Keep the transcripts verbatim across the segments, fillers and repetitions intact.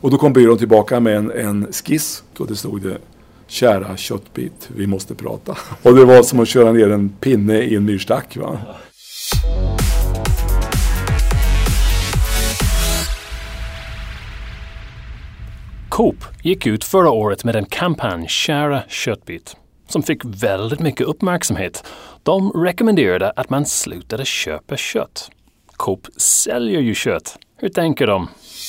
Och då kom byrån tillbaka med en, en skiss. Och det stod det: kära köttbit, vi måste prata. Och det var som att köra ner en pinne i en myrstack, va? Coop gick ut förra året med en kampanj, Kära köttbit, som fick väldigt mycket uppmärksamhet. De rekommenderade att man slutade köpa kött. Coop säljer ju kött. Hur tänker de?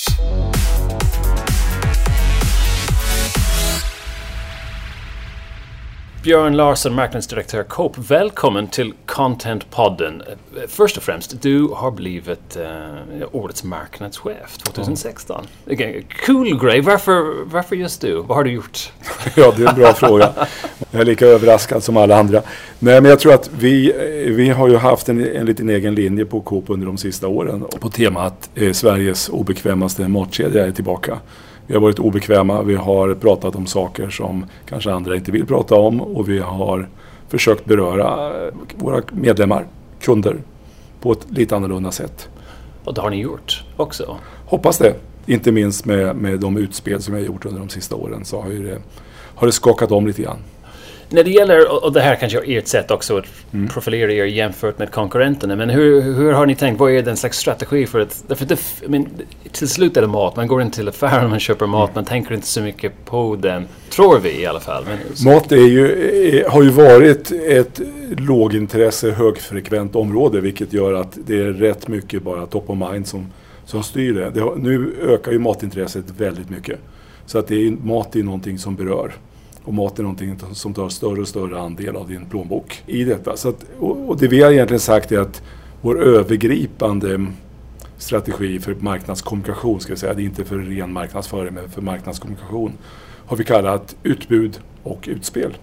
Björn Larsson, marknadsdirektör Coop. Välkommen till Content-podden. Först och främst, du har blivit uh, årets marknadschef tjugohundrasexton. Okay, cool grej. Varför, varför just du? Vad har du gjort? Ja, det är en bra fråga. Jag är lika överraskad som alla andra. Nej, men jag tror att vi, vi har ju haft en, en liten egen linje på Coop under de sista åren. På temat eh, Sveriges obekvämaste matkedja är tillbaka. Vi har varit obekväma, vi har pratat om saker som kanske andra inte vill prata om och vi har försökt beröra våra medlemmar, kunder, på ett lite annorlunda sätt. Och det har ni gjort också? Hoppas det. Inte minst med, med de utspel som vi har gjort under de sista åren så har, ju det, har det skakat om lite grann. När det gäller, och det här kanske är ert sätt också att mm. profilera er jämfört med konkurrenterna, men hur, hur har ni tänkt, vad är den slags strategi för att, därför det, men, till slut är det mat, man går in till affären och man köper mat, mm. man tänker inte så mycket på den, tror vi i alla fall. Men, mat är ju, är, har ju varit ett lågintresse, högfrekvent område, vilket gör att det är rätt mycket bara top of mind som, som styr det. det har, nu ökar ju matintresset väldigt mycket, så att det är, mat är någonting som berör. Och mat är någonting som tar större och större andel av din plånbok i detta. Så att, och, och det vi har egentligen sagt är att vår övergripande strategi för marknadskommunikation, ska jag säga, det är inte för ren marknadsföring men för marknadskommunikation, har vi kallat utbud och utspel.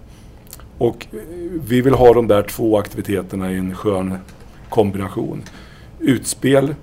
Och vi vill ha de där två aktiviteterna i en skön kombination. Utspel,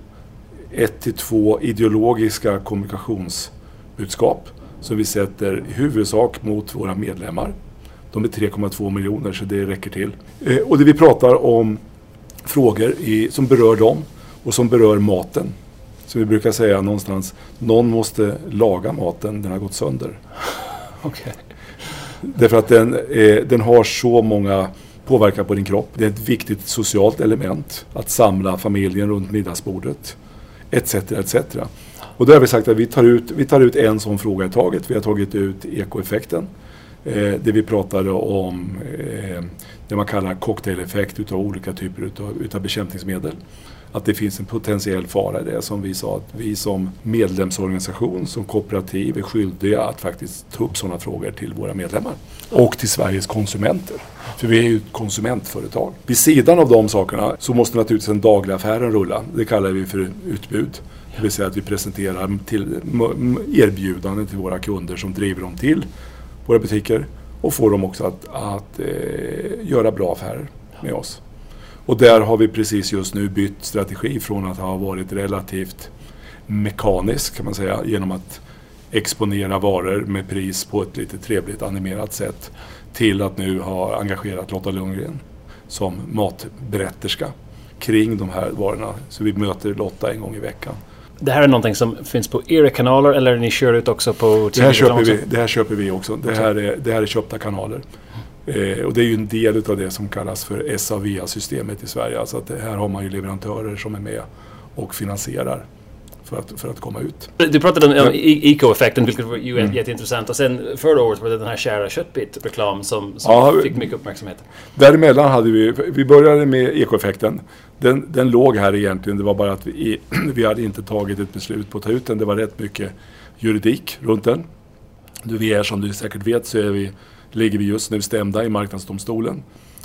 ett till två ideologiska kommunikationsbudskap som vi sätter i huvudsak mot våra medlemmar. De är tre komma två miljoner så det räcker till. Eh, och det vi pratar om frågor i, som berör dem och som berör maten. Så vi brukar säga någonstans, någon måste laga maten, den har gått sönder. Okay. Därför att den, eh, den har så många påverkan på din kropp. Det är ett viktigt socialt element att samla familjen runt middagsbordet, et cetera et cetera. Och då har vi sagt att vi tar ut, vi tar ut en sån fråga i taget. Vi har tagit ut ekoeffekten. Eh, det vi pratade om eh, det man kallar cocktaileffekt utav olika typer utav, utav bekämpningsmedel. Att det finns en potentiell fara i det, som vi sa att vi som medlemsorganisation, som kooperativ är skyldiga att faktiskt ta upp sådana frågor till våra medlemmar. Och till Sveriges konsumenter. För vi är ju ett konsumentföretag. Vid sidan av de sakerna så måste naturligtvis en daglig affären rulla. Det kallar vi för utbud. Det vill säga att vi presenterar till erbjudanden till våra kunder som driver dem till våra butiker och får dem också att, att eh, göra bra affärer med oss. Och där har vi precis just nu bytt strategi från att ha varit relativt mekanisk, kan man säga, genom att exponera varor med pris på ett lite trevligt animerat sätt, till att nu ha engagerat Lotta Lundgren som matberätterska kring de här varorna. Så vi möter Lotta en gång i veckan. Det här är någonting som finns på era kanaler eller ni kör ut också på det här köper vi, det här köper vi också. Det här är, det här är köpta kanaler. Eh, och det är ju en del av det som kallas för S A V A-systemet i Sverige. Alltså att det här har man ju leverantörer som är med och finansierar för att, för att komma ut. Du pratade om ja. eco-effekten, vilket var ju mm. jätteintressant. Och sen förra året var det den här kära köttbit-reklam som, som ja, fick mycket uppmärksamhet. Däremellan hade vi, vi började med eco-effekten. Den, den låg här egentligen, det var bara att vi, vi hade inte tagit ett beslut på att ta ut den. Det var rätt mycket juridik runt den. Du, vi är, som du säkert vet, så är vi, ligger vi just nu stämda i marknadsdomstolen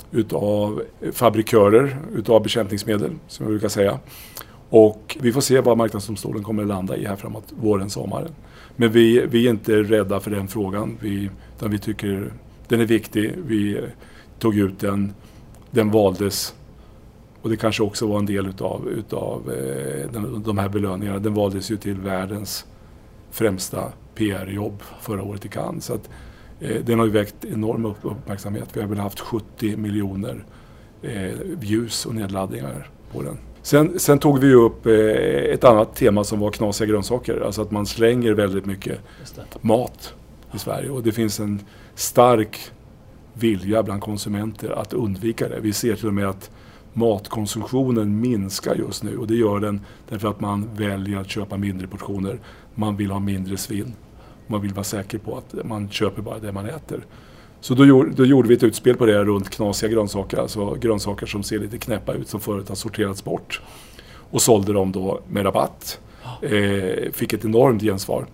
utav fabrikörer utav bekämpningsmedel, som jag brukar säga. Och vi får se vad marknadsdomstolen kommer att landa i här framåt våren, sommaren. Men vi, vi är inte rädda för den frågan, vi, utan vi tycker den är viktig. Vi tog ut den, den valdes. Och det kanske också var en del utav, utav eh, den, de här belöningarna. Den valdes ju till världens främsta P R-jobb förra året i Cannes. Så att, eh, den har ju väckt enorm uppmärksamhet. Vi har väl haft sjuttio miljoner eh, views och nedladdningar på den. Sen, sen tog vi upp eh, ett annat tema som var knasiga grönsaker. Alltså att man slänger väldigt mycket mat i Sverige. Och det finns en stark vilja bland konsumenter att undvika det. Vi ser till och med att matkonsumtionen minskar just nu. Och det gör den därför att man väljer att köpa mindre portioner. Man vill ha mindre svinn. Man vill vara säker på att man köper bara det man äter. Så då gjorde, då gjorde vi ett utspel på det runt knasiga grönsaker. Alltså grönsaker som ser lite knäppa ut som förut har sorterats bort. Och sålde dem då med rabatt. Eh, fick ett enormt gensvar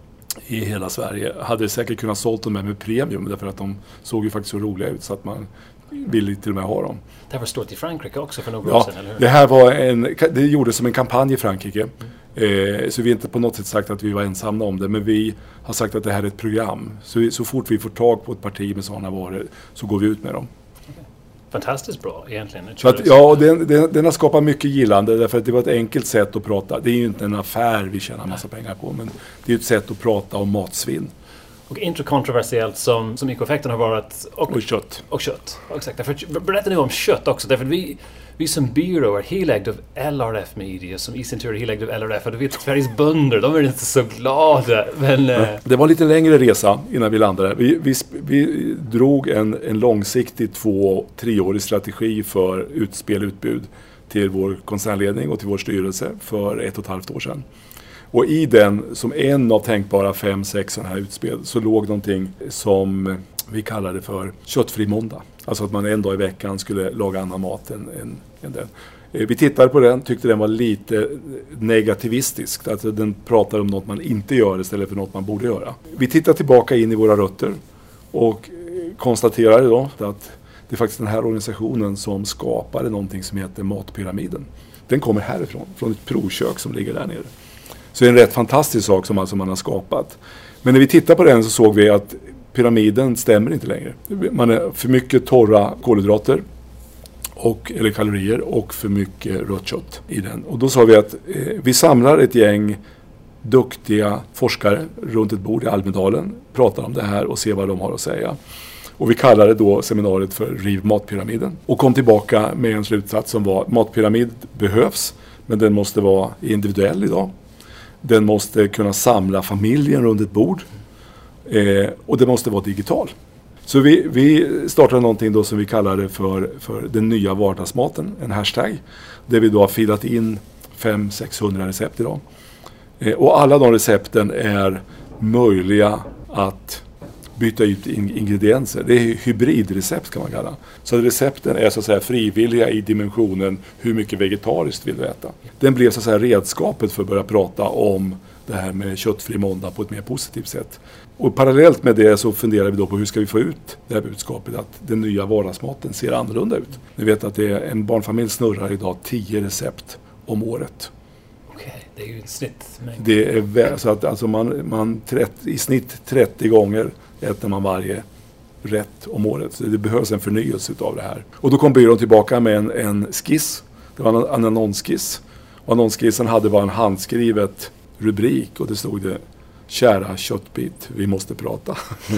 i hela Sverige. Hade säkert kunnat sålt dem med, med premium därför att de såg ju faktiskt så roliga ut så att man ville till och med ha dem. Det här var stort i Frankrike också för några ja, år sedan, eller hur? Det här var en, det gjordes som en kampanj i Frankrike. Mm. Eh, så vi har inte på något sätt sagt att vi var ensamma om det, men vi har sagt att det här är ett program. Så, vi, så fort vi får tag på ett parti med sådana varor så går vi ut med dem. Okay. Fantastiskt bra egentligen. Så att, ja, den, den, den har skapat mycket gillande därför att det var ett enkelt sätt att prata. Det är ju inte en affär vi tjänar massa pengar på, men det är ett sätt att prata om matsvinn. Och inte kontroversiellt som, som ekoeffekten har varit. Och, och kött. Och kött, exakt. Därför, berätta nu om kött också. Därför vi, vi som byrå är helägd av L R F Media som i sin tur är helägd av L R F. Och du vet, Sveriges bönder, de är inte så glada. Men, ja, det var en lite längre resa innan vi landade. Vi, vi, vi drog en, en långsiktig två, treårig strategi för utspel utbud till vår koncernledning och till vår styrelse för ett och ett halvt år sedan. Och i den, som en av tänkbara fem, sex sådana här utspel, så låg någonting som vi kallade för köttfri måndag. Alltså att man en dag i veckan skulle laga annan mat än, än, än den. Vi tittade på den, tyckte den var lite negativistisk. Alltså den pratar om något man inte gör istället för något man borde göra. Vi tittar tillbaka in i våra rötter och konstaterade då att det är faktiskt den här organisationen som skapade någonting som heter Matpyramiden. Den kommer härifrån, från ett provkök som ligger där nere. Så det är en rätt fantastisk sak som alltså man har skapat. Men när vi tittar på den så såg vi att pyramiden stämmer inte längre. Man har för mycket torra kolhydrater och, eller kalorier och för mycket rött kött i den. Och då sa vi att eh, vi samlar ett gäng duktiga forskare runt ett bord i Almedalen, pratar om det här och ser vad de har att säga. Och vi kallade då seminariet för Riv matpyramiden. Och kom tillbaka med en slutsats som var matpyramid behövs, men den måste vara individuell idag. Den måste kunna samla familjen runt ett bord. Eh, och det måste vara digital. Så vi, vi startade någonting då som vi kallade för, för den nya vardagsmaten. En hashtag. Där vi då har filat in fem till sexhundra recept idag. Eh, och alla de recepten är möjliga att byta ut ingredienser. Det är hybridrecept kan man kalla. Så recepten är så att säga frivilliga i dimensionen hur mycket vegetariskt vill du äta. Den blev så att säga redskapet för att börja prata om det här med köttfri måndag på ett mer positivt sätt. Och parallellt med det så funderar vi då på hur ska vi få ut det här budskapet att den nya vardagsmaten ser annorlunda ut. Ni vet att det är, en barnfamilj snurrar idag tio recept om året. Okej, det är ju en snittmängd. Det är väl, så att alltså man, man trettio, i snitt trettio gånger äter man varje rätt om året. Så det behövs en förnyelse av det här. Och då kom byrån tillbaka med en, en skiss. Det var en, en annonsskiss. Och annonsskissen hade bara en handskrivet rubrik och det stod det kära köttbit, vi måste prata.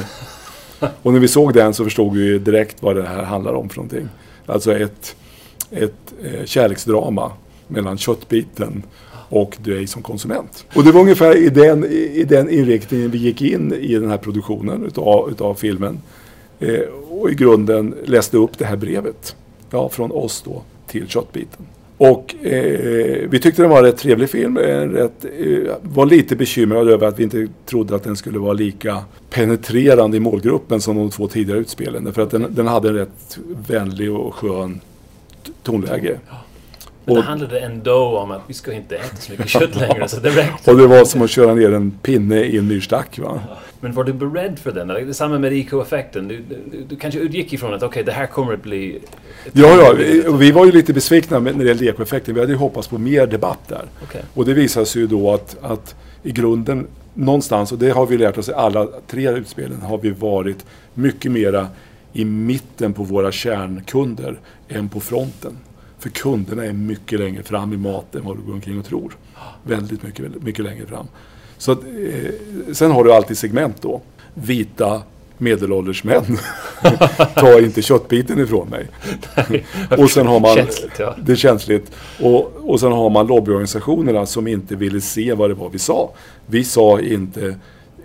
Och när vi såg den så förstod vi direkt vad det här handlar om för någonting. Alltså ett, ett eh, kärleksdrama mellan köttbiten och dig som konsument. Och det var ungefär i den, i den inriktningen vi gick in i den här produktionen utav, utav filmen. Eh, och i grunden läste upp det här brevet ja, från oss då till köttbiten. Och eh, vi tyckte det var en rätt trevlig film. En rätt, eh, var lite bekymrad över att vi inte trodde att den skulle vara lika penetrerande i målgruppen som de två tidigare utspelen. För att den, den hade en rätt vänlig och skön tonläge. Men det handlade ändå om att vi ska inte äta så mycket kött längre. Så det räckte. Och det var som att köra ner en pinne i en myrstack. Va? Ja. Men var du beredd för den? Det är samma med ekoeffekten. Du, du, du kanske utgick ifrån att okej, okay, det här kommer att bli... Ja, ja vi, vi var ju lite besvikna när det gällde ekoeffekten. Vi hade ju hoppats på mer debatt där. Okay. Och det visade sig ju då att, att i grunden någonstans, och det har vi lärt oss i alla tre utspelen, har vi varit mycket mera i mitten på våra kärnkunder än på fronten. För kunderna är mycket längre fram i maten än vad du går omkring och tror. Väldigt mycket, väldigt mycket längre fram. Så att, eh, sen har du alltid segment då. Vita medelålders män Ta inte köttbiten ifrån mig. Nej, Och sen har man, känsligt, ja. det är känsligt. Och, och sen har man lobbyorganisationerna som inte ville se vad det var vi sa. Vi sa inte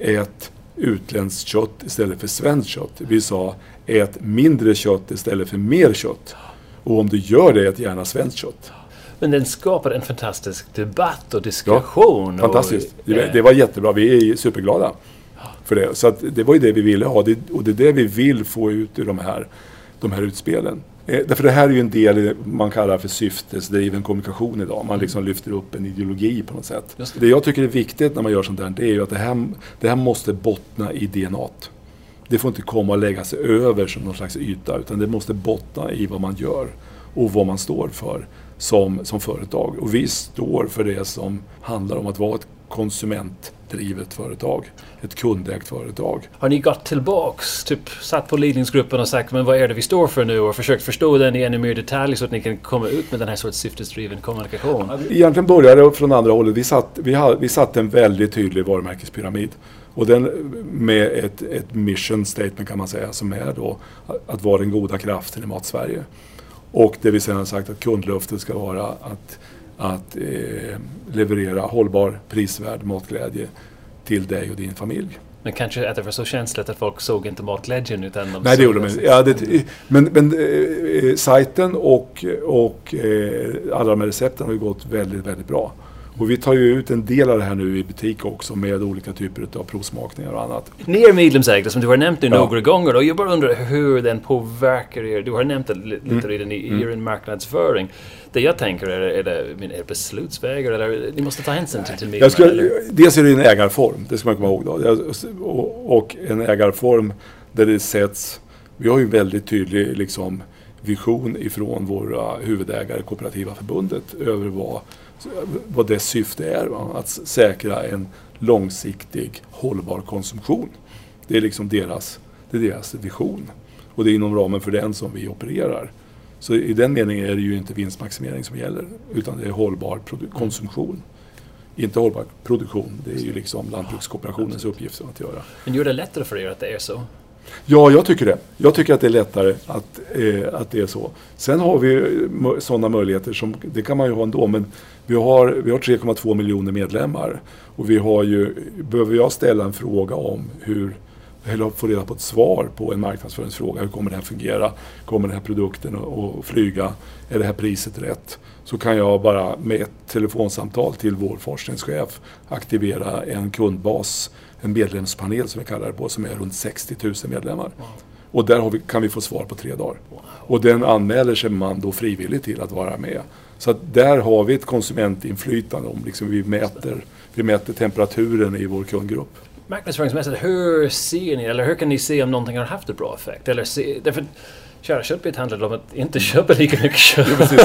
ät utländskt kött istället för svenskt kött. Vi sa ät mindre kött istället för mer kött. Och om du gör det, ät gärna svenskt kött. Men den skapar en fantastisk debatt och diskussion. Ja, fantastiskt. Och, det, det var jättebra. Vi är superglada för det. Så att det var ju det vi ville ha. Det, och det är det vi vill få ut ur de här, de här utspelen. Eh, därför det här är ju en del man kallar för syftesdriven kommunikation idag. Man liksom lyfter upp en ideologi på något sätt. Det. det jag tycker är viktigt när man gör sånt där, det är ju att det här, det här måste bottna i D N A-t. Det får inte komma och lägga sig över som någon slags yta, utan det måste bottna i vad man gör och vad man står för som, som företag. Och vi står för det som handlar om att vara ett konsumentdrivet företag, ett kundägt företag. Har ni gått tillbaks, typ satt på ledningsgruppen och sagt men vad är det vi står för nu och försökt förstå den i ännu mer detalj så att ni kan komma ut med den här sorts syftesdriven kommunikation? Egentligen började det från andra hållet. Vi satt, vi hade, vi satt en väldigt tydlig varumärkespyramid. Och den med ett, ett mission statement kan man säga som är då att vara den goda kraften i Mat-Sverige. Och det vi sedan har sagt att kundlöftet ska vara att, att eh, leverera hållbar, prisvärd matglädje till dig och din familj. Men kanske att det var så känsligt att folk såg inte matglädjen utan de Nej, det gjorde de. Ja, det, men men eh, sajten och, och eh, alla de här recepten har ju gått väldigt, väldigt bra. Och vi tar ju ut en del av det här nu i butik också med olika typer av provsmakningar och annat. Ni är medlemsägda som du har nämnt nu ja. några gånger och jag bara undrar hur den påverkar er. Du har nämnt det lite mm. redan i, i er mm. marknadsföring. Det jag tänker är, är det är beslutsvägar eller ni måste ta hänsyn till, till medlemmar? Skulle, dels är det en ägarform, det ska man komma ihåg då. Och, och en ägarform där det sätts, vi har ju en väldigt tydlig liksom, vision ifrån våra huvudägare, Kooperativa förbundet, över vad vad dess syfte är, va? Att säkra en långsiktig hållbar konsumtion. Det är liksom deras, det är deras vision. Och det är inom ramen för den som vi opererar. Så i den meningen är det ju inte vinstmaximering som gäller, utan det är hållbar produ- konsumtion. Inte hållbar produktion, det är ju liksom lantbrukskooperationens uppgift att göra. Men gör det lättare för er att det är så? Ja, jag tycker det. Jag tycker att det är lättare att, eh, att det är så. Sen har vi sådana möjligheter som, det kan man ju ha ändå, men vi har, vi har tre komma två miljoner medlemmar. Och vi har ju, behöver jag ställa en fråga om hur, eller få reda på ett svar på en marknadsföringsfråga, hur kommer det här fungera? Kommer den här produkten att flyga? Är det här priset rätt? Så kan jag bara med ett telefonsamtal till vår forskningschef aktivera en kundbas, en medlemspanel som vi kallar det på, som är runt sextio tusen medlemmar. Wow. Och där har vi, kan vi få svar på tre dagar. Wow. Och den anmäler sig man då frivilligt till att vara med. Så att där har vi ett konsumentinflytande om liksom vi mäter, vi mäter temperaturen i vår kundgrupp. Marknadsföringsmässigt, hur ser ni, eller hur kan ni se om någonting har haft ett bra effekt? Eller se, därför, kära köpbit handlar om att inte köpa lika mycket kött.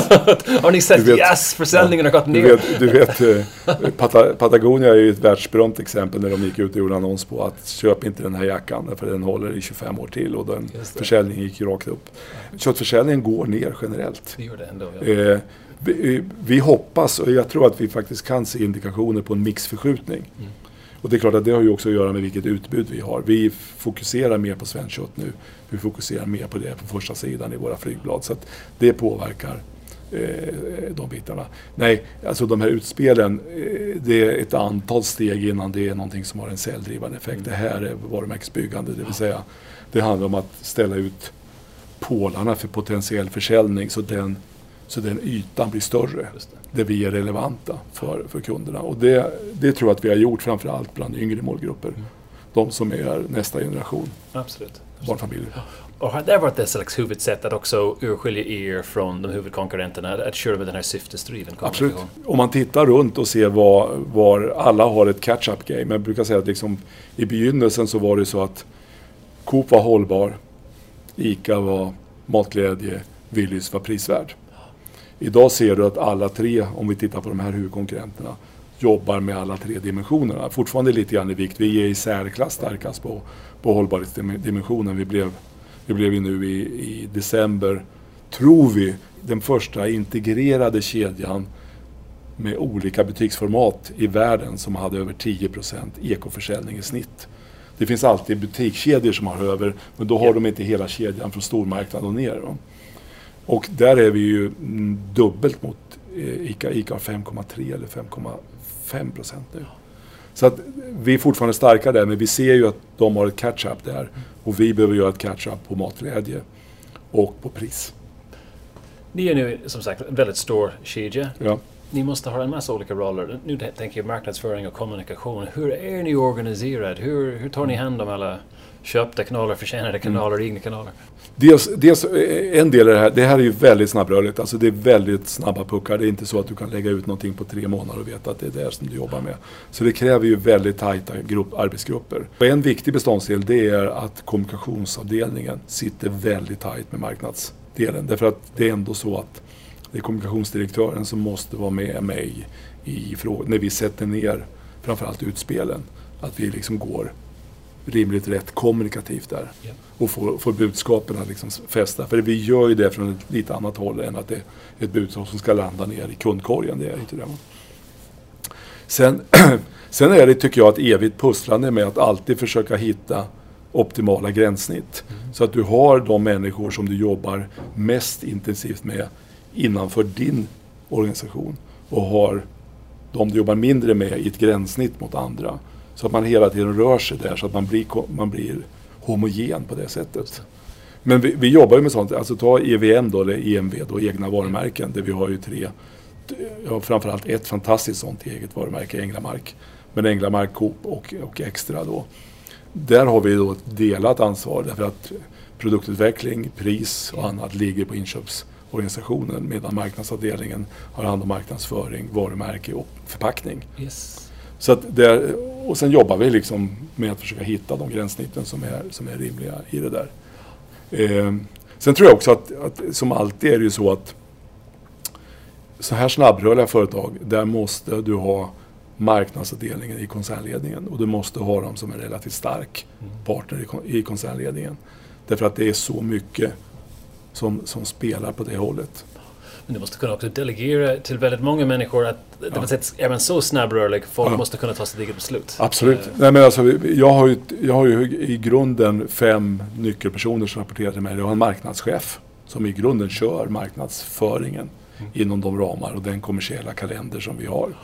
Har ni sett, vet, yes, försäljningen ja, har gått ner. Du vet, du vet Pat- Patagonia är ju ett världsberömt exempel när de gick ut och gjorde annons på att köp inte den här jackan för den håller i tjugofem år till och den försäljningen gick ju rakt upp. Köttförsäljningen går ner generellt. Det gör det ändå, ja. eh, vi, vi hoppas, och jag tror att vi faktiskt kan se indikationer på en mixförskjutning. Mm. Och det är klart att det har ju också att göra med vilket utbud vi har. Vi fokuserar mer på svenskt kött nu. Vi fokuserar mer på det på första sidan i våra flygblad. Så att det påverkar eh, de bitarna. Nej, alltså de här utspelen, eh, det är ett antal steg innan det är någonting som har en säljdrivande effekt. Mm. Det här är varumärkesbyggande, det vill säga det handlar om att ställa ut pålarna för potentiell försäljning så den Så den ytan blir större, där vi är relevanta för, för kunderna. Och det, det tror jag att vi har gjort framförallt bland yngre målgrupper. Mm. De som är nästa generation. Absolut. Barnfamiljer. Och har det varit ett slags huvudsätt att också urskilja er från de huvudkonkurrenterna? Att köra med den här syftesdriven kommunikation? Absolut. Om man tittar runt och ser var, var alla har ett catch-up game. Jag brukar säga att liksom, i begynnelsen så var det så att Coop var hållbar, ICA var matglädje, Willys var prisvärd. Idag ser du att alla tre, om vi tittar på de här huvudkonkurrenterna, jobbar med alla tre dimensionerna. Fortfarande lite grann i vikt. Vi är i särklass starkast på, på hållbarhetsdimensionen. Vi blev, vi blev ju nu i, i december, tror vi, den första integrerade kedjan med olika butiksformat i världen som hade över tio procent ekoförsäljning i snitt. Det finns alltid butikskedjor som har över, men då har Ja. de inte hela kedjan från stormarknaden och ner. Då. Och där är vi ju mm, dubbelt mot eh, ICA. ICA har fem komma tre eller fem komma fem procent nu. Så att vi är fortfarande starka där, men vi ser ju att de har ett catch-up där. Och vi behöver göra ett catch-up på matglädje och på pris. Ni är nu som sagt en väldigt stor kedja. Ja. Ni måste ha en massa olika roller. Nu tänker jag marknadsföring och kommunikation. Hur är ni organiserad? Hur, hur tar ni hand om alla köpta kanaler, förtjänade kanaler, mm. egna kanaler? Dels, dels en del av det här, det här är ju väldigt snabbrörligt. Alltså det är väldigt snabba puckar. Det är inte så att du kan lägga ut någonting på tre månader och veta att det är det som du jobbar med. Så det kräver ju väldigt tajta grupp, arbetsgrupper. Och en viktig beståndsdel, det är att kommunikationsavdelningen sitter väldigt tajt med marknadsdelen. Därför att det är ändå så att det är kommunikationsdirektören som måste vara med mig i frågan när vi sätter ner framförallt utspelen. Att vi liksom går rimligt rätt kommunikativt där. Yeah. Och får, får budskapen att liksom fästa. För vi gör ju det från ett lite annat håll än att det är ett budskap som ska landa ner i kundkorgen. Det är inte det. Sen, sen är det, tycker jag, ett evigt pusslande med att alltid försöka hitta optimala gränssnitt. Mm. Så att du har de människor som du jobbar mest intensivt med innanför din organisation och har de du jobbar mindre med i ett gränssnitt mot andra. Så att man hela tiden rör sig där så att man blir, man blir homogen på det sättet. Men vi, vi jobbar ju med sånt, alltså ta E V M då, eller E M V då, egna varumärken, där vi har ju tre, ja, framförallt ett fantastiskt sånt eget varumärke, Änglamark. Men Änglamark, Coop och, och Extra då. Där har vi då ett delat ansvar därför att produktutveckling, pris och annat ligger på inköpsorganisationen medan marknadsavdelningen har hand om marknadsföring, varumärke och förpackning. Yes. Så att där, och sen jobbar vi liksom med att försöka hitta de gränssnitten som är, som är rimliga i det där. Eh, sen tror jag också att, att som alltid är det ju så att så här snabbrörliga företag, där måste du ha marknadsavdelningen i koncernledningen och du måste ha dem som en relativt stark partner i, i koncernledningen. Därför att det är så mycket som, som spelar på det hållet. Men du måste kunna också delegera till väldigt många människor att ja. Det sätt, är man så snabbrörlig, folk ja. måste kunna ta sitt eget beslut. Absolut. Uh. Nej, men alltså, jag, har ju, jag har ju i grunden fem nyckelpersoner som rapporterar till mig. Jag har en marknadschef som i grunden kör marknadsföringen mm. inom de ramar och den kommersiella kalender som vi har.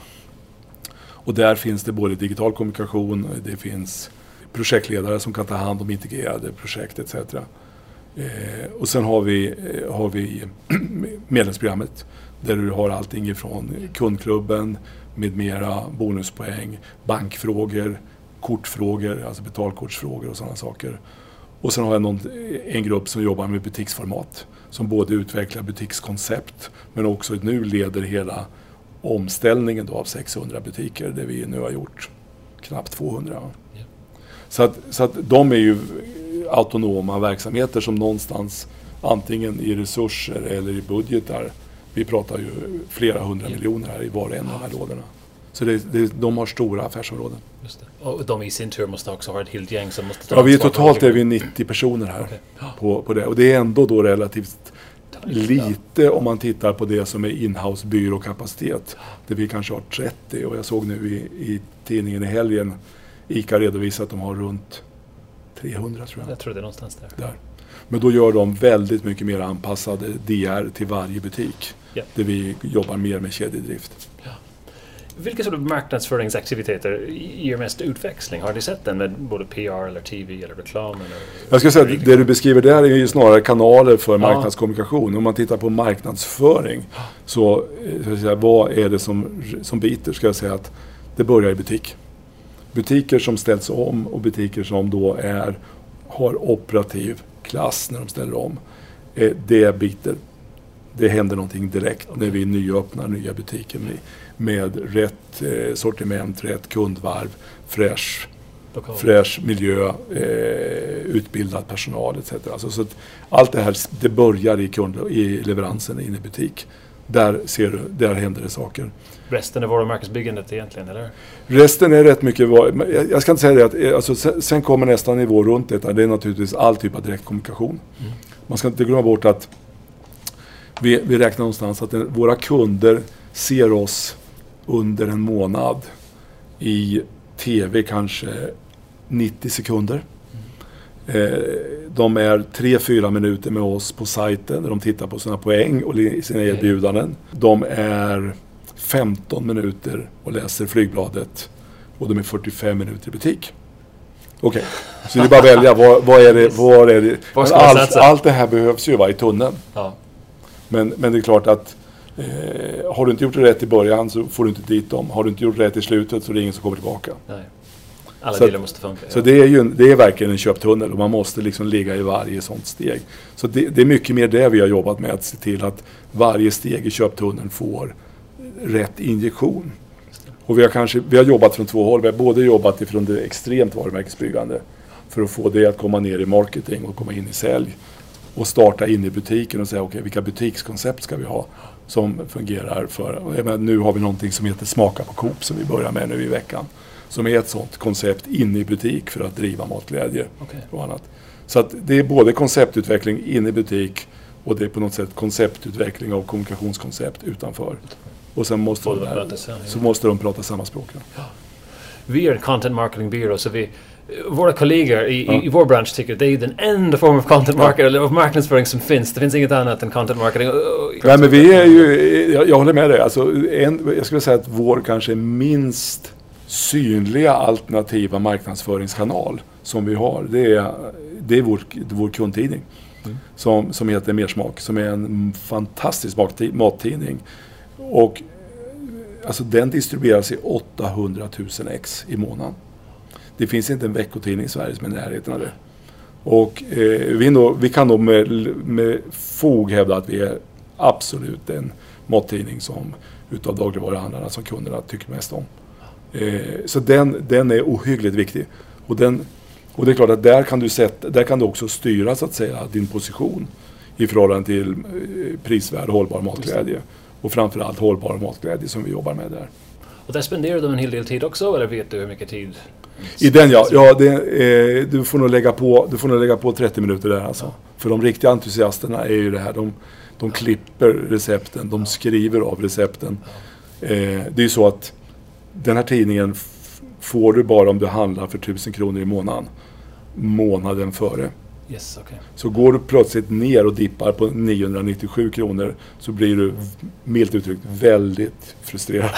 Och där finns det både digital kommunikation, det finns projektledare som kan ta hand om integrerade projekt et cetera. Eh, och sen har vi, eh, har vi medlemsprogrammet där du har allting ifrån kundklubben med mera bonuspoäng, bankfrågor, kortfrågor, alltså betalkortsfrågor och sådana saker. Och sen har jag någon, en grupp som jobbar med butiksformat som både utvecklar butikskoncept men också nu leder hela omställningen då av sexhundra butiker där vi nu har gjort knappt tvåhundra. Yeah. Så, att, så att de är ju autonoma verksamheter som någonstans antingen i resurser eller i budgetar. Vi pratar ju flera hundra yeah. miljoner här i var och en av de här lådorna. Så det, det, de har stora affärsområden. Just det. Och de i sin tur måste också ha ett helt gäng som måste ta Ja, vi är totalt är vi nittio personer här okay. på, på det. Och det är ändå då relativt lite om man tittar på det som är inhouse byråkapacitet. Där vi kanske har trettio och jag såg nu i, i tidningen i helgen ICA redovisar att de har runt trehundra tror jag. Jag tror det är någonstans där. där. Men då gör de väldigt mycket mer anpassade D R till varje butik. Yeah. Där vi jobbar mer med kedjedrift. Ja. Vilka sorts marknadsföringsaktiviteter ger mest utväxling? Har ni sett den med både P R eller T V eller reklam? Eller jag ska säga att det du beskriver där är ju snarare kanaler för marknadskommunikation. Om man tittar på marknadsföring så, så att säga, vad är det som, som biter? Ska jag säga att det börjar i butik. Butiker som ställs om och butiker som då är, har operativ klass när de ställer om. Det biter. Det händer någonting direkt okay. när vi nyöppnar nya butiker med, med rätt eh, sortiment, rätt kundvarv, fräsch, fräsch miljö, eh, utbildad personal et cetera. Alltså, så att allt det här det börjar i, kund, i leveransen in i butik. Där, ser du, där händer det saker. Resten är varumärkesbyggandet egentligen, eller? Resten är rätt mycket, jag ska inte säga det, att, alltså, sen kommer nästa nivå runt detta. Det är naturligtvis all typ av direktkommunikation. Mm. Man ska inte glömma bort att vi, vi räknar någonstans att den, våra kunder ser oss under en månad i tv kanske nittio sekunder. Eh, de är tre fyra minuter med oss på sajten där de tittar på sina poäng och sina erbjudanden. De är femton minuter och läser flygbladet och de är fyrtiofem minuter i butik. Okej, okay. Så det är bara att välja. Vad, vad är det? Vad är det? Allt, allt det här behövs ju vara i tunneln. Ja. Men, men det är klart att eh, har du inte gjort det rätt i början så får du inte dit dem. Har du inte gjort det rätt i slutet så är det ingen som kommer tillbaka. Nej. Alla så delar måste funka. Så ja. det, är ju, det är verkligen en köptunnel och man måste liksom ligga i varje sånt steg. Så det, det är mycket mer det vi har jobbat med, att se till att varje steg i köptunneln får rätt injektion. Och vi har, kanske, vi har jobbat från två håll. Vi har både jobbat ifrån det extremt varumärkesbyggande för att få det att komma ner i marketing och komma in i sälj. Och starta in i butiken och säga okej, okay, vilka butikskoncept ska vi ha som fungerar för... Jag menar, nu har vi någonting som heter Smaka på Coop som vi börjar med nu i veckan. Som är ett sånt koncept in i butik för att driva matglädje okay. och annat. Så att det är både konceptutveckling in i butik och det är på något sätt konceptutveckling av kommunikationskoncept utanför. Och sen måste, de där, sen, ja. så måste de prata samma språk. Ja. Vi är en content marketing byrå så vi, våra kollegor i, ja. i, i vår bransch tycker att det är den enda form av content marketing ja. eller av marknadsföring som finns. Det finns inget annat än content marketing. Nej, men vi är ju, jag, jag håller med dig. Alltså, en, jag skulle säga att vår kanske minst synliga alternativa marknadsföringskanal som vi har, det är, det är vår, vår kundtidning mm. som, som heter Mersmak, som är en fantastisk mattidning. Och alltså den distribueras i åttahundratusen ex i månaden. Det finns inte en veckotidning i Sverige som är närheten av det. Och eh, vi, nå, vi kan nog med, med fog hävda att vi är absolut en mattidning som utav dagligvaruhandlarna som kunderna tycker mest om. Eh, så den, den är ohyggligt viktig. Och, den, och det är klart att där kan du, sätta, där kan du också styra så att säga din position i förhållande till eh, prisvärd hållbar matglädje. Och framförallt hållbar matglädje som vi jobbar med där. Och där spenderar de en hel del tid också, eller vet du hur mycket tid? I den ja, ja det, eh, du, får nog lägga på, du får nog lägga på trettio minuter där alltså. Ja. För de riktiga entusiasterna är ju det här, de, de klipper recepten, de skriver av recepten. Eh, det är ju så att den här tidningen f- får du bara om du handlar för tusen kronor i månaden. Månaden före. Yes, okay. Så går du plötsligt ner och dippar på niohundranittiosju kronor så blir du milt uttryckt väldigt frustrerad.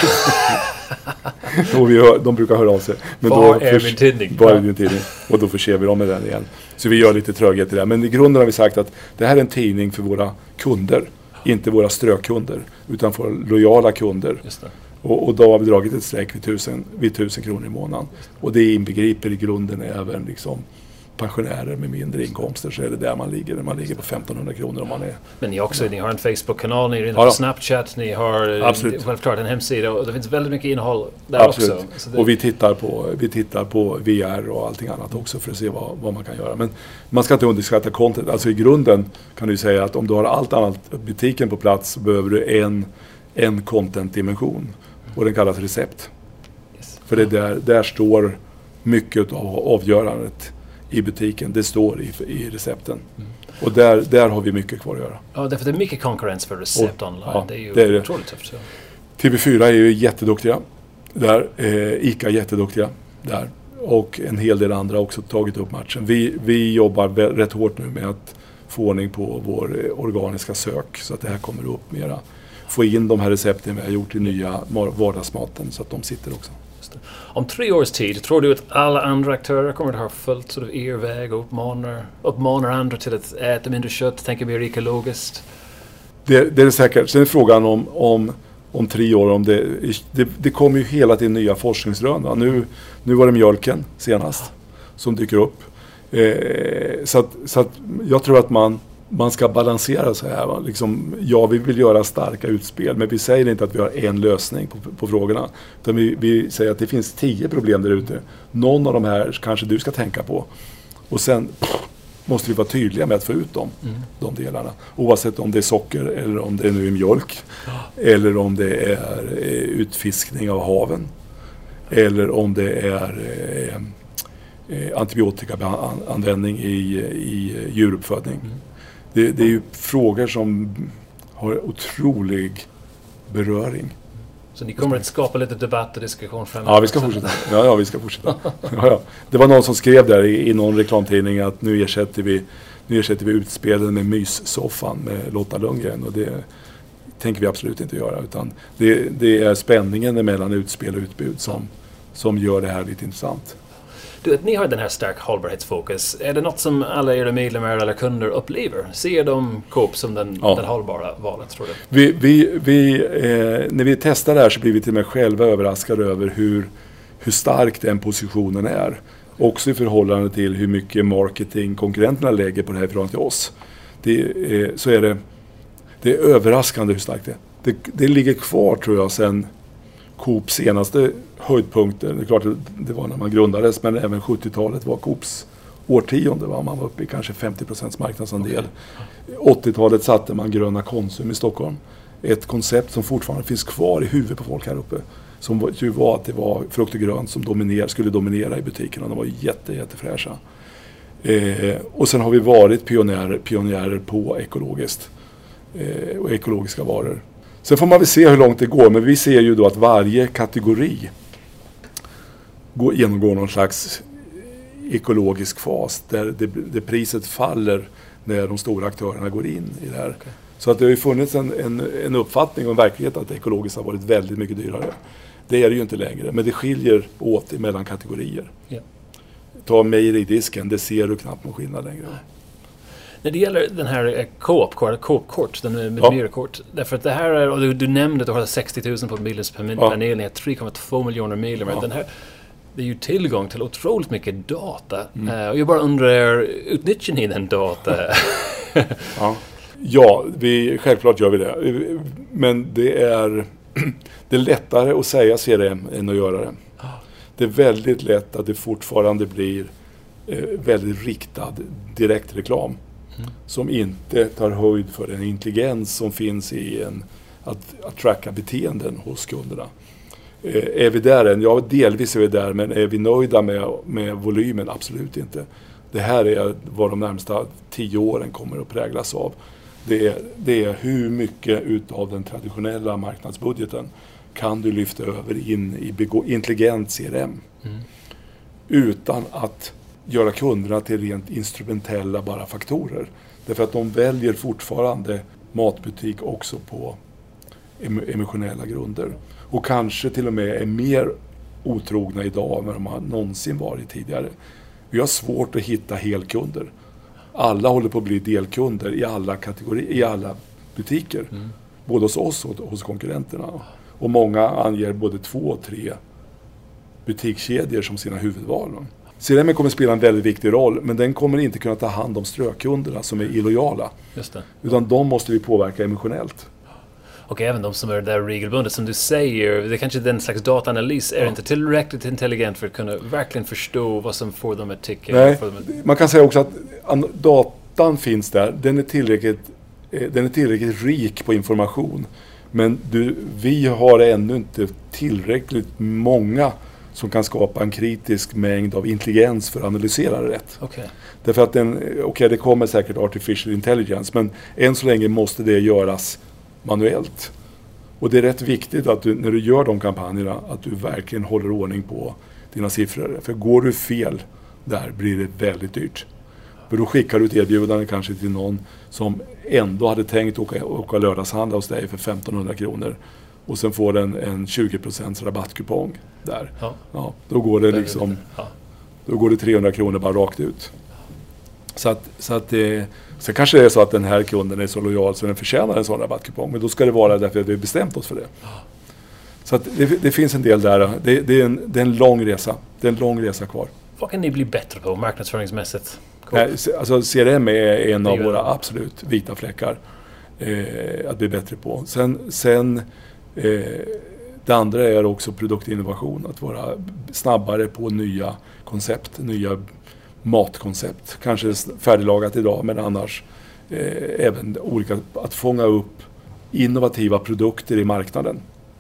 och vi hör, de brukar höra av sig. Men var då är förs- min tidning? Var är min tidning? Och då förser vi dem med den igen. Så vi gör lite tröghet i det. Men i grunden har vi sagt att det här är en tidning för våra kunder. Inte våra strökunder, utan för lojala kunder. Just det. Och, och då har vi dragit ett streck vid tusen, vid tusen kronor i månaden. Och det inbegriper i grunden även liksom pensionärer med mindre inkomster, så är det där man ligger. Man ligger på femtonhundra kronor om man är... Men ni också, ni har en Facebook-kanal, ni är inne på ja, Snapchat, ni har självklart en hemsida och det finns väldigt mycket innehåll där Absolut. också. Så det... Och vi tittar, på, vi tittar på V R och allting annat också för att se vad, vad man kan göra. Men man ska inte underskatta content. Alltså i grunden kan du säga att om du har allt annat butiken på plats så behöver du en, en content-dimension. Och den kallas recept. Yes. För det där, där står mycket av avgörandet i butiken. Det står i, i recepten. Mm. Och där, där har vi mycket kvar att göra. Ja, därför det är mycket konkurrens för recept och, online. Ja, det är ju det är otroligt tufft. Så. T V fyra är ju jätteduktiga. Där, eh, ICA är jätteduktiga. Där. Och en hel del andra har också tagit upp matchen. Vi, vi jobbar rätt hårt nu med att få ordning på vår organiska sök. Så att det här kommer upp mera. Få in de här recepten vi har gjort i nya vardagsmaten så att de sitter också. Om tre års tid, tror du att alla andra aktörer kommer att ha följt sort of er väg och uppmanar, uppmanar andra till att äta mindre kött, tänka mer ekologiskt? Det, det är det säkert. Sen är frågan om, om, om tre år, om det, det, det kommer ju hela tiden nya forskningsrön. Nu, nu var det mjölken senast som dyker upp. Eh, så att, så att jag tror att man Man ska balansera så här. Va? Liksom, ja, vi vill göra starka utspel, men vi säger inte att vi har en lösning på, på frågorna. Utan vi, vi säger att det finns tio problem där ute. Någon av de här kanske du ska tänka på. Och sen pff, måste vi vara tydliga med att få ut dem, mm. de delarna. Oavsett om det är socker eller om det är nu är mjölk. Oh. Eller om det är eh, utfiskning av haven. Eller om det är eh, eh, antibiotikaanvändning i, i djuruppfödning. Mm. Det, det är ju frågor som har otrolig beröring Så ni kommer att skapa lite debatt och diskussion framöver? Ja, vi ska fortsätta. Ja, ja vi ska fortsätta. Ja, ja. Det var någon som skrev där i, i någon reklamtidning att nu ersätter vi, nu ersätter vi utspelen med myssoffan med Lotta Lundgren. Och det tänker vi absolut inte göra. Utan det, det är spänningen mellan utspel och utbud som, som gör det här lite intressant. Du, att ni har den här stark hållbarhetsfokus. Är det något som alla era medlemmar eller kunder upplever? Ser de Coop som den, ja. den hållbara valet, tror du? Vi, vi, vi, eh, när vi testar det här så blir vi till och med själva överraskade över hur, hur stark den positionen är. Också i förhållande till hur mycket marketing konkurrenterna lägger på det här ifrån till oss. Det, eh, så är det, det är överraskande hur starkt det är. Det, det ligger kvar, tror jag, sen Coops senaste höjdpunkter. Det är klart att det var när man grundades, men även sjuttiotalet var Coops årtionde. Va? Man var uppe i kanske femtio procent marknadsandel. Okay. åttiotalet satte man Gröna Konsum i Stockholm. Ett koncept som fortfarande finns kvar i huvudet på folk här uppe. Som ju var att det var frukt och grönt som dominerar, skulle dominera i butikerna. De var jätte, jättefräscha. Eh, och sen har vi varit pionjärer, pionjärer på ekologiskt. Eh, och ekologiska varor. Sen får man väl se hur långt det går, men vi ser ju då att varje kategori går, genomgår någon slags ekologisk fas där, det, där priset faller när de stora aktörerna går in i det här. Okay. Så att det har ju funnits en, en, en uppfattning och en verklighet att ekologiskt har varit väldigt mycket dyrare. Det är det ju inte längre, men det skiljer åt mellan kategorier. Yeah. Ta mejeridisken, det ser du knappt någon skillnad längre. När det gäller den här Coop-kort, Coop-kort, den med ja. Myrkort, därför att det här är, och du, du nämnde att du har sextio tusen på medlemspanelen, ja. tre komma två miljoner medlemmar. Ja. Den här, det är ju tillgång till otroligt mycket data. Mm. Uh, och jag bara undrar, utnyttjar ni den data? ja, ja vi, självklart gör vi det. Men det är, det är lättare att säga C R M än att göra det. Det är väldigt lätt att det fortfarande blir eh, väldigt riktad direktreklam. Mm. Som inte tar höjd för den intelligens som finns i en, att, att tracka beteenden hos kunderna. Eh, är vi där än? Ja, delvis är vi där, men är vi nöjda med, med volymen? Absolut inte. Det här är vad de närmsta tio åren kommer att präglas av. Det är, det är hur mycket utav den traditionella marknadsbudgeten kan du lyfta över in i begå- intelligent C R M. Mm. Utan att göra kunderna till rent instrumentella bara faktorer. Därför att de väljer fortfarande matbutik också på em- emotionella grunder. Och kanske till och med är mer otrogna idag än vad de har någonsin varit tidigare. Vi har svårt att hitta helkunder. Alla håller på att bli delkunder i alla kategorier, i alla butiker. Mm. Både hos oss och hos konkurrenterna. Och många anger både två och tre butikskedjor som sina huvudval. C R M kommer spela en väldigt viktig roll, men den kommer inte kunna ta hand om strökunderna som är illojala. Just det. Utan de måste vi påverka emotionellt. Och även de som är där regelbundet, som du säger, det kanske den slags dataanalys är ja. inte tillräckligt intelligent för att kunna verkligen förstå vad som får dem att tycka. Nej, att... man kan säga också att datan finns där, den är tillräckligt, den är tillräckligt rik på information. Men du, vi har ännu inte tillräckligt många som kan skapa en kritisk mängd av intelligens för att analysera det rätt. Okay. Därför att den, okay, det kommer säkert artificial intelligence, men än så länge måste det göras manuellt. Och det är rätt viktigt att du, när du gör de kampanjerna, att du verkligen håller ordning på dina siffror. För går du fel, där blir det väldigt dyrt. För då skickar du ett erbjudande kanske till någon som ändå hade tänkt åka, åka lördagshandla hos dig för femtonhundra kronor. Och sen får den en tjugo procent rabattkupong där. Ja. Ja, då går det liksom, ja. då går det trehundra kronor bara rakt ut. Så att, så att det, sen kanske det är så att den här kunden är så lojal så den förtjänar en sån rabattkupong. Men då ska det vara därför att vi har bestämt oss för det. Ja. Så att det, det finns en del där. Det, det, är en, det är en lång resa. Det är en lång resa kvar. Vad kan ni bli bättre på marknadsföringsmässigt? Nej, alltså C R M är en av våra absolut vita fläckar eh, att bli bättre på. Sen, sen eh, det andra är också produktinnovation. Att vara snabbare på nya koncept, nya matkoncept. Kanske färdiglagat idag, men annars eh, även olika, att fånga upp innovativa produkter i marknaden.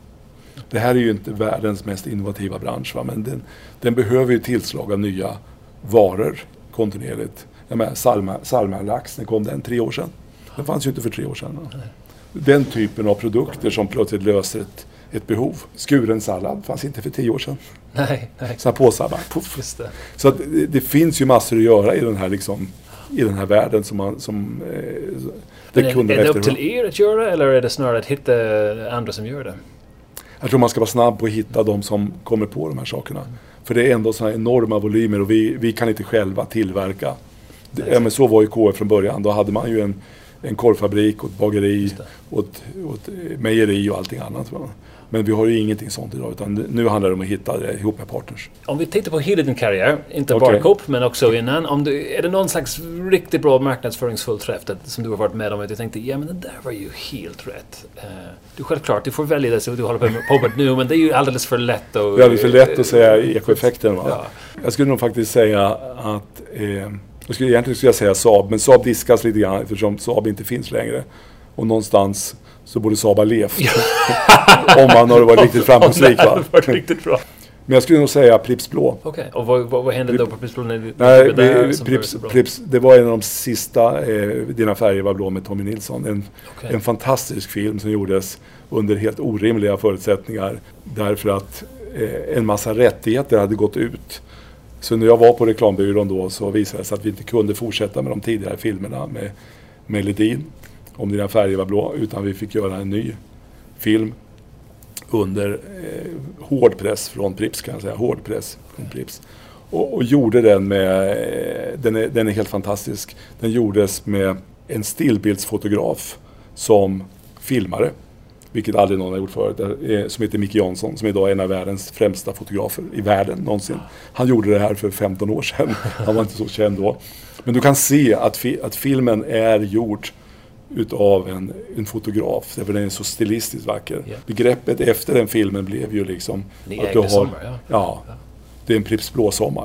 Det här är ju inte världens mest innovativa bransch, va? Men den, den behöver ju tillslag av nya varor kontinuerligt. Jag menar, Salma, Salma-lax, när kom den? Tre år sedan? Den fanns ju inte för tre år sedan. Va? Den typen av produkter som plötsligt löser ett ett behov. Skuren sallad fanns inte för tio år sedan. Nej, nej. Så här påsar bara, puff. Just det. Så att det, det finns ju massor att göra i den här, liksom, i den här världen som man... Som, eh, det Men är, är det upp till er att göra eller är det snarare att hitta andra som gör det? Jag tror man ska vara snabb på att hitta de som kommer på de här sakerna. Mm. För det är ändå sådana enorma volymer och vi, vi kan inte själva tillverka. Det, ja, men så var ju K F från början. Då hade man ju en, en korvfabrik och ett bageri och ett, och ett mejeri och allting annat. Men vi har ju ingenting sånt idag, utan nu handlar det om att hitta det ihop med partners. Om vi tittar på hela din karriär, inte okay. bara Coop men också innan, om du, är det någon slags riktigt bra marknadsföringsfull träff som du har varit med om att du tänkte, ja men det där var ju helt rätt. Uh, du självklart, du får välja det så du håller på med på nu, men det är ju alldeles för lätt att... Det är alldeles för lätt att säga ekoeffekten, va? Ja. Jag skulle nog faktiskt säga att... Eh, jag skulle, egentligen skulle jag säga Saab, men Saab diskas lite grann eftersom Saab inte finns längre. Och någonstans så borde Saab ha levt. Om man har varit riktigt framgångsrik, va? Varit riktigt bra. Men jag skulle nog säga Pripps Blå. Okej, okay. Och vad, vad, vad hände Prip, då på Pripps Blå? När du, nej, när du vi, Pripps, Pripps, det var en av de sista, eh, Dina färger var blå med Tommy Nilsson. En, okay. en fantastisk film som gjordes under helt orimliga förutsättningar. Därför att eh, en massa rättigheter hade gått ut. Så när jag var på reklambyrån då så visade det sig att vi inte kunde fortsätta med de tidigare filmerna med, med Ledin. Om Dina färger var blå, utan vi fick göra en ny film under eh, hård press från Pripps, kan jag säga, hård press från Pripps. Och, och gjorde den med, eh, den, är, den är helt fantastisk. Den gjordes med en stillbildsfotograf som filmare, vilket aldrig någon har gjort förut, eh, som heter Micke Jansson, som idag är en av världens främsta fotografer i världen någonsin. Han gjorde det här för femton år sedan, han var inte så känd då. Men du kan se att, fi, att filmen är gjord utav en, en fotograf, därför den är så stilistiskt vacker. Yeah. Begreppet efter den filmen blev ju liksom att du har, sommar, ja. Ja, det är en Pripps Blå sommar.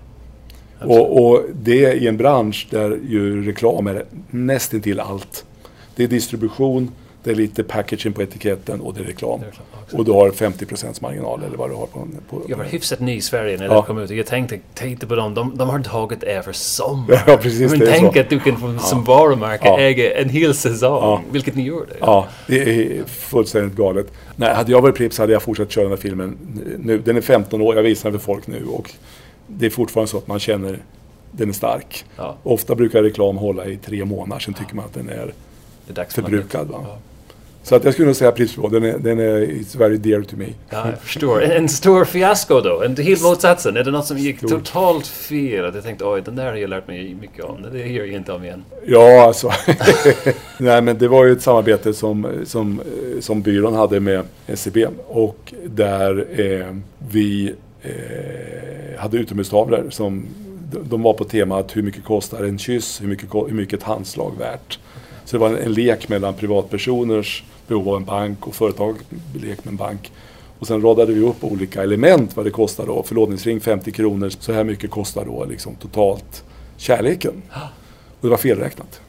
Ah, och, och det är i en bransch där ju reklam är nästan till allt. Det är distribution, det är lite packaging på etiketten och det är reklam. Det är reklam och du har femtio procent marginal eller vad du har på, på jag var hyfsat ny i Sverige när ja. det kom ut. Jag tänkte, tänkte på dem, de, de har tagit över sommar. Ja, precis, men tänk att du kan som ja. varumärke ja. äga en hel säsong, ja. vilket ni gör det. Ja, det är fullständigt galet. Nej, hade jag varit Pripps hade jag fortsatt köra den här filmen nu. Den är femton år, jag visar den för folk nu och det är fortfarande så att man känner den är stark. Ja. Ofta brukar reklam hålla i tre månader, sen tycker man att den är, det är förbrukad. Va? Ja. Så att jag skulle nog säga Pripps Blå, den är, den är it's very dear to me. Ja, jag förstår. En, en stor fiasko då, en helt motsatsen. Är det något som gick stor. totalt fel? Att jag tänkte, oj, den där har jag lärt mig mycket om. Det gör jag inte om igen. Ja, alltså. Nej, men det var ju ett samarbete som, som, som byrån hade med S C B. Och där eh, vi eh, hade utomhustavlor som de var på temat hur mycket kostar en kyss, hur mycket, hur mycket ett handslag värt. Så det var en, en lek mellan privatpersoners behov av en bank och företag lek med en bank. Och sen radade vi upp olika element vad det kostar då. Förlåtningsring femtio kronor, så här mycket kostar då liksom totalt kärleken. Och det var felräknat.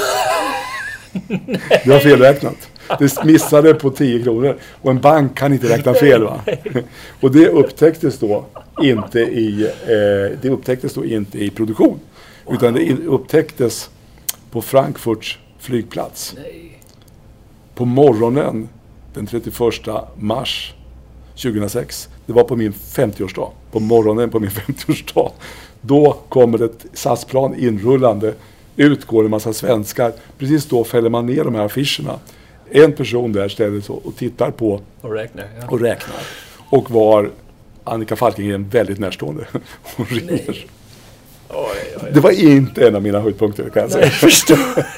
Det var felräknat. Det missade på tio kronor. Och en bank kan inte räkna fel, va? Och det upptäcktes då inte i, eh, det upptäcktes då inte i produktion. Wow. Utan det upptäcktes på Frankfurts flygplats. Nej. På morgonen den trettioförsta mars tjugohundrasex. Det var på min femtioårsdag. På morgonen på min femtioårsdag. Då kommer ett S A S-plan inrullande. Utgår en massa svenskar. Precis då fäller man ner de här affischerna. En person där ställer så och tittar på och räknar. Ja. Och räknar. Och var Annika Falkengren väldigt närstående. Hon ringer. Oj, oj, oj. Det var inte en av mina höjdpunkter, kan jag säga. Nej, jag förstår.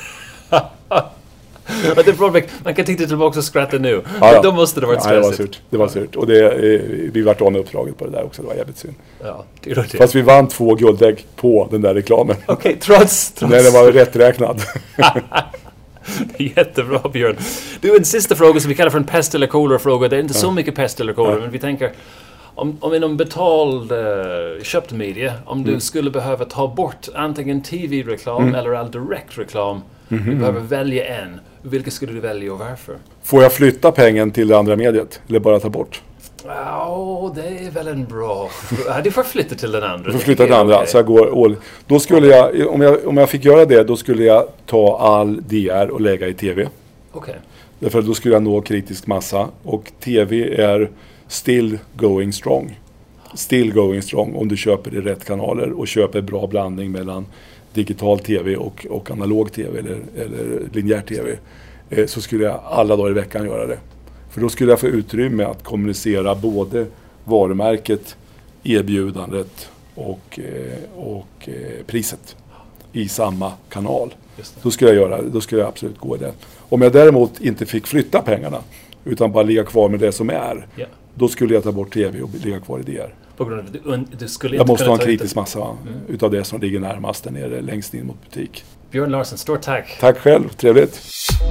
Det är problem. Man kan titta tillbaka och skratta nu. Ja, ja. Då måste det varit stressigt. Ja, det var surt. Det var surt. Och det, eh, vi vart av med uppdraget på det där också. Det var jävligt synd. Ja, det är det. Fast vi vann två guldägg på den där reklamen. Okej, okay, trots, trots. När det var rätträknad. Jättebra, Björn. Du, en sista fråga som vi kallar för en pest eller kolera-fråga. Det är inte ja. så mycket pest eller kolera, ja. men vi tänker om, om inom betald uh, köpt media, om mm. du skulle behöva ta bort antingen T V-reklam mm. eller all direkt-reklam, mm-hmm. du behöver välja en. Vilka skulle du välja och varför? Får jag flytta pengen till det andra mediet eller bara ta bort? Ja, oh, det är väl en bra... Du får flytta till den andra. Du får flytta till den andra, okay. Så jag går all... Då skulle jag, om jag, om jag fick göra det, då skulle jag ta all D R och lägga i T V. Okej. Okay. Därför att då skulle jag nå kritisk massa. Och tv är still going strong. Still going strong om du köper i rätt kanaler och köper bra blandning mellan digital tv och, och analog tv eller, eller linjär tv. Eh, så skulle jag alla dagar i veckan göra det. För då skulle jag få utrymme att kommunicera både varumärket, erbjudandet och, eh, och eh, priset i samma kanal. Då skulle jag göra, då skulle jag absolut gå i det. Om jag däremot inte fick flytta pengarna utan bara ligga kvar med det som är, yeah. då skulle jag ta bort tv och ligga kvar i D R. På grund av du, du skulle jag inte måste ha en ta kritisk det. massa mm. utav det som ligger närmast där nere, längst in mot butik. Björn Larsen, stort tack. Tack själv, trevligt.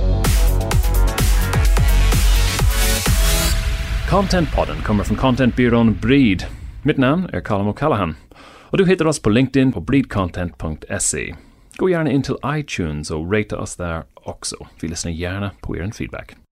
Contentpodden kommer från contentbyrån Breed. Mitt namn är Colin O'Callaghan. Och du hittar oss på LinkedIn på breed content punkt se. Gå gärna in till iTunes och rata oss där också. Vi lyssnar gärna på er feedback.